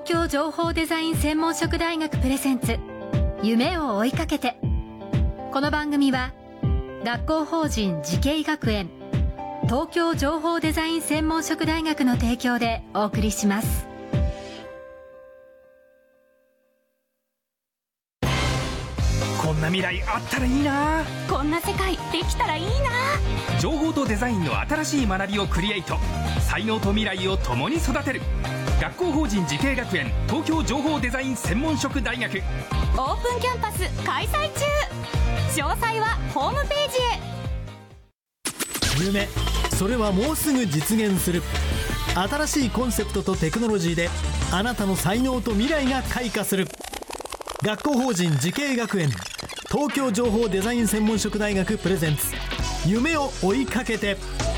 京情報デザイン専門職大学プレゼンツ夢を追いかけて。この番組は学校法人慈恵学園東京情報デザイン専門職大学の提供でお送りします。 こんな未来あったらいいな。 こんな世界できたらいいな。 情報とデザインの新しい学びをクリエイト。才能と未来を共に育てる学校法人慈恵学園東京情報デザイン専門職大学。 オープンキャンパス開催中。詳細はホームページへ。 夢、それはもうすぐ実現する。新しいコンセプトとテクノロジーであなたの才能と未来が開花する。学校法人慈恵学園東京情報デザイン専門職大学プレゼンツ夢を追いかけて。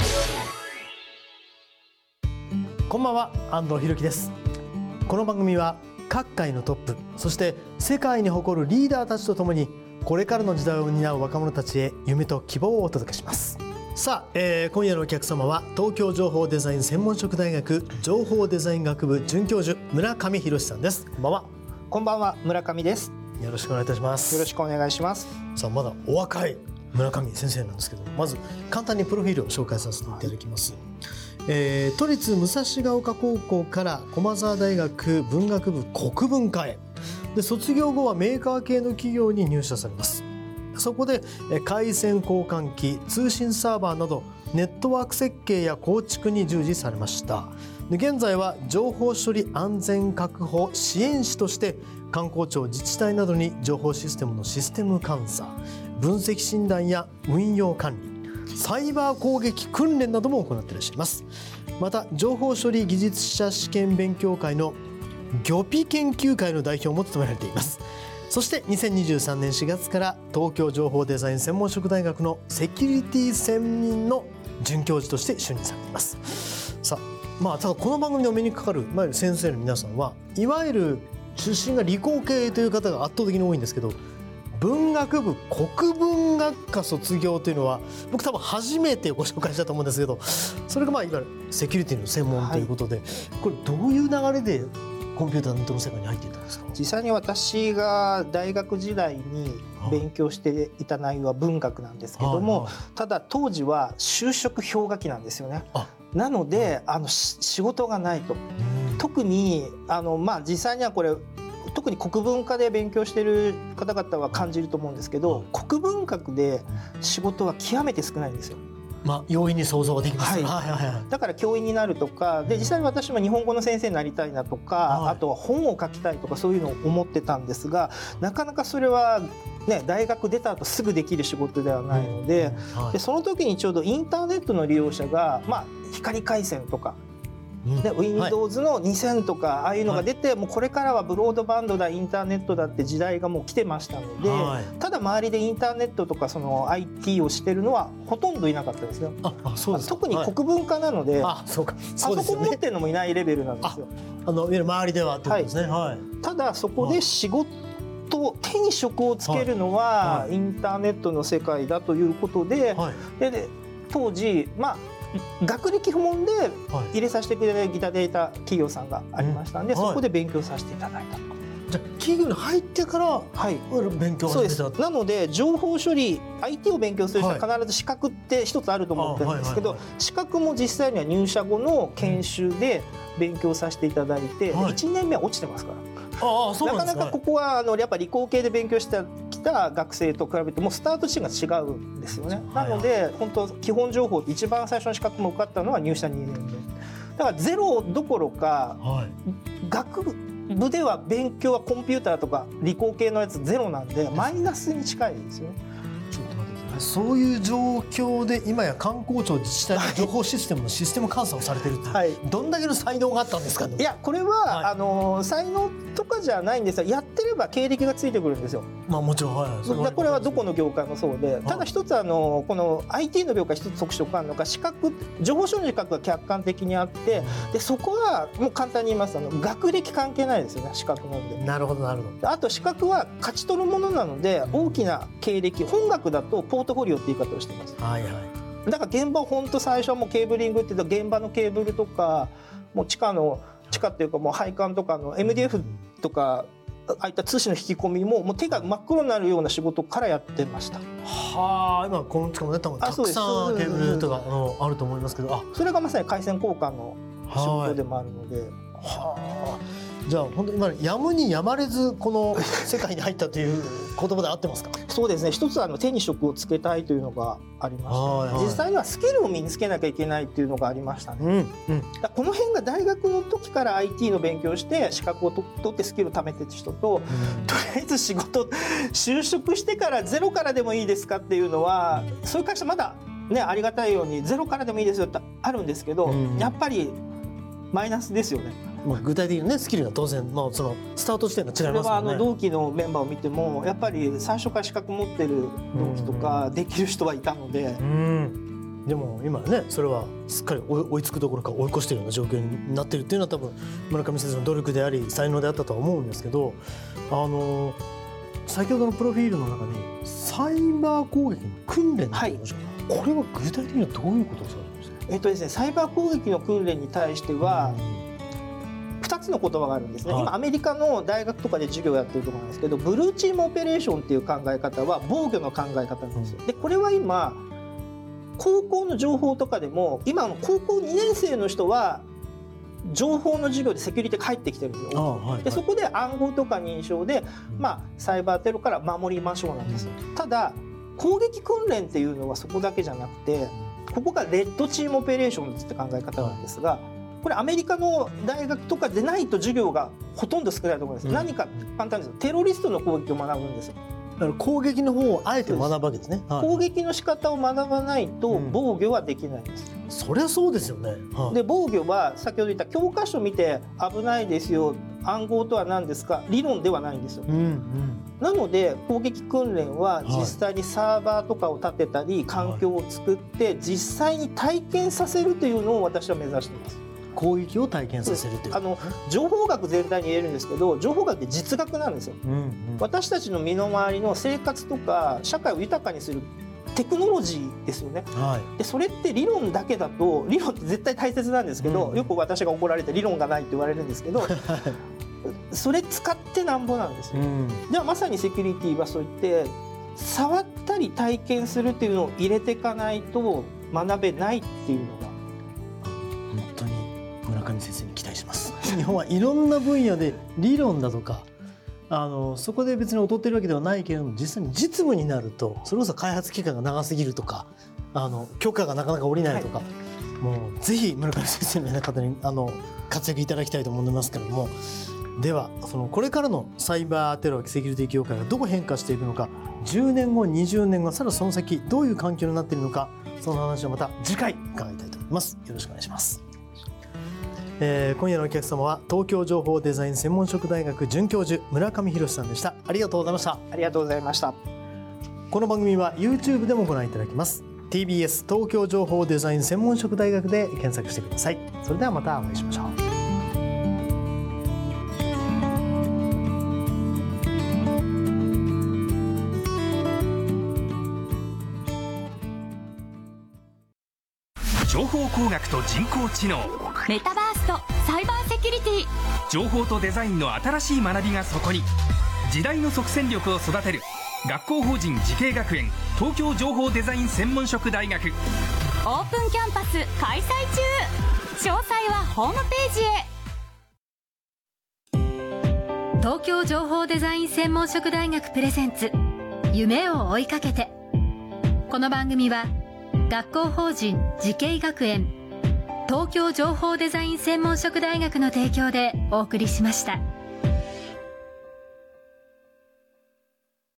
こんばんは、安藤裕樹です。この番組は各界のトップ、そして世界に誇るリーダーたちとともにこれからの時代を担う若者たちへ夢と希望をお届けします。さあ、今夜のお客様は東京情報デザイン専門職大学情報デザイン学部准教授村上博さんです。こんばんは。 こんばんは、村上です。 よろしくお願いいたします。 よろしくお願いします。 さあ、まだお若い村上先生なんですけど、まず簡単にプロフィールを紹介させていただきます。都立武蔵ヶ丘高校から駒澤大学文学部国文科へで、卒業後はメーカー系の企業に入社されます。そこで回線交換機、通信サーバーなどネットワーク設計や構築に従事されました。で、現在は情報処理安全確保支援士として観光庁、自治体などに情報システムのシステム監査、分析診断や運用管理、サイバー攻撃訓練なども行っていらっしゃいます。また情報処理技術者試験勉強会のギョピ研究会の代表も務められています。そして2023年4月から東京情報デザイン専門職大学のセキュリティ専任の准教授として就任されています。さあ、ただこの番組にお目にかかるいわゆる先生の皆さんはいわゆる出身が理工系という方が圧倒的に多いんですけど、文学部国文学科卒業というのは僕多分初めてご紹介したと思うんですけど、それがいわゆるセキュリティの専門ということで、これどういう流れでコンピューターネットの世界に入っていったんですか？ 実際に私が大学時代に勉強していた内容は文学なんですけども、ただ当時は就職氷河期なんですよね。なので仕事がないと。特に実際にはこれ特に国文科で勉強している方々は感じると思うんですけど、国文学で仕事は極めて少ないんですよ。 容易に想像ができます。 だから教員になるとかで、実際に私も日本語の先生になりたいなとか、あとは本を書きたいとかそういうのを思ってたんですが、なかなかそれは大学出た後すぐできる仕事ではないので、その時にちょうどインターネットの利用者が光回線とかWindows の2000とかああいうのが出て、もうこれからはブロードバンドだインターネットだって時代がもう来てましたので、ただ周りでインターネットとかその IT をしてるのはほとんどいなかったですよ。特に国文科なので、パソコン持ってるのもいないレベルなんですよ。 いわゆる周りではってことですね。 ただそこで仕事手に職をつけるのはインターネットの世界だということで、当時学歴不問で入れさせていただいた企業さんがありましたので、そこで勉強させていただいたと。 じゃあ企業に入ってから勉強を始めた。 そうです。なので情報処理 IT を勉強する人は必ず資格って一つあると思ってるんですけど、資格も実際には入社後の研修で勉強させていただいて、1年目は落ちてますから。なかなかここはやっぱり理工系で勉強してきた学生と比べてもスタート地点が違うんですよね。なので本当基本情報って一番最初の資格も受かったのは入社2年目だから、ゼロどころか、学部では勉強はコンピューターとか理工系のやつゼロなんでマイナスに近いですよね。 そういう状況で今や観光庁自治体の情報システムのシステム監査をされてるって、どんだけの才能があったんですかね。 いやこれは、才能とかじゃないんですよ。やってれば経歴がついてくるんですよ。 もちろん、 これはどこの業界もそうで、ただ一つこの IT の業界一つ特色あるのが、情報処理の資格が客観的にあって、でそこはもう簡単に言いますと学歴関係ないですよね、資格なんで。 なるほど。 あと資格は勝ち取るものなので、大きな経歴、本学だとポートフォリオって言い方をしてます。だから現場本当最初はもうケーブリングって言うと現場のケーブルとかもう地下のちかっていうかもう配管とかの MDF とかああいった通信の引き込みも手が真っ黒になるような仕事からやってました。 はあ、今この近くもね、多分たくさんケーブルとかあると思いますけど、 それがまさに回線交換の仕事でもあるので。 はあ、じゃあ本当に今やむにやまれずこの世界に入ったという言葉で合ってますか？ そうですね。一つは手に職をつけたいというのがありました、実際にはスキルを身につけなきゃいけないっていうのがありましたね、だこの辺が大学の時から IT の勉強して資格を取ってスキルを貯めてる人と、とりあえず仕事就職してからゼロからでもいいですかっていうのは、そういう会社まだねありがたいようにゼロからでもいいですよってあるんですけど、やっぱりマイナスですよね。 具体的にねスキルが当然、そのスタート地点が違いますもんね。 それは同期のメンバーを見てもやっぱり最初から資格持ってる同期とかできる人はいたので、 でも今ねそれはすっかり追いつくどころか追い越しているような状況になっているっていうのは多分村上先生の努力であり才能であったとは思うんですけど、先ほどのプロフィールの中にサイバー攻撃の訓練っていうのが、これは具体的にはどういうことをされてますか？ ですね、サイバー攻撃の訓練に対しては2つの言葉があるんですね。今アメリカの大学とかで授業をやってると思うんですけど、ブルーチームオペレーションっていう考え方は防御の考え方なんですよ。でこれは今高校の情報とかでも今の高校2年生の人は情報の授業でセキュリティ返ってきてるんですよ。でそこで暗号とか認証で、サイバーテロから守りましょうなんですよ。ただ攻撃訓練っていうのはそこだけじゃなくて、ここがレッドチームオペレーションって考え方なんですが、これアメリカの大学とかでないと授業がほとんど少ないと思うんです。何か簡単ですよ。テロリストの攻撃を学ぶんですよ。 だから攻撃の方をあえて学ぶわけですね。 攻撃の仕方を学ばないと防御はできないんです。 そりゃそうですよね。 で防御は先ほど言った教科書見て危ないですよ、暗号とは何ですか、理論ではないんですよ。なので攻撃訓練は実際にサーバーとかを立てたり環境を作って実際に体験させるというのを私は目指しています。 攻撃を体験させるという、 情報学全体に言えるんですけど、情報学って実学なんですよ。私たちの身の回りの生活とか社会を豊かにするテクノロジーですよね。でそれって理論だけだと、理論って絶対大切なんですけど、よく私が怒られて理論がないって言われるんですけどそれ使ってなんぼなんですよ。ではまさにセキュリティはそう言って触ったり体験するっていうのを入れていかないと学べないっていうのが本当に村上先生に期待します。日本はいろんな分野で理論だとかそこで別に劣ってるわけではないけれども、実際に実務になるとそれこそ開発期間が長すぎるとか許可がなかなか下りないとか、もうぜひ村上先生のような方に活躍いただきたいと思いますけれども、ではこれからのサイバーテロセキュリティ業界がどう変化していくのか、10年後20年後さらにその先どういう環境になっているのか、その話をまた次回伺いたいと思います。よろしくお願いします。今夜のお客様は東京情報デザイン専門職大学准教授村上博さんでした。ありがとうございました。 ありがとうございました。 この番組は YouTube でもご覧いただけます。 TBS 東京情報デザイン専門職大学で検索してください。それではまたお会いしましょう。 情報工学と人工知能、 メタバースとサイバーセキュリティ、 情報とデザインの新しい学びがそこに。時代の即戦力を育てる学校法人慈恵学園東京情報デザイン専門職大学。 オープンキャンパス開催中。詳細はホームページへ。 東京情報デザイン専門職大学プレゼンツ、夢を追いかけて。この番組は学校法人慈恵学園東京情報デザイン専門職大学の提供でお送りしました。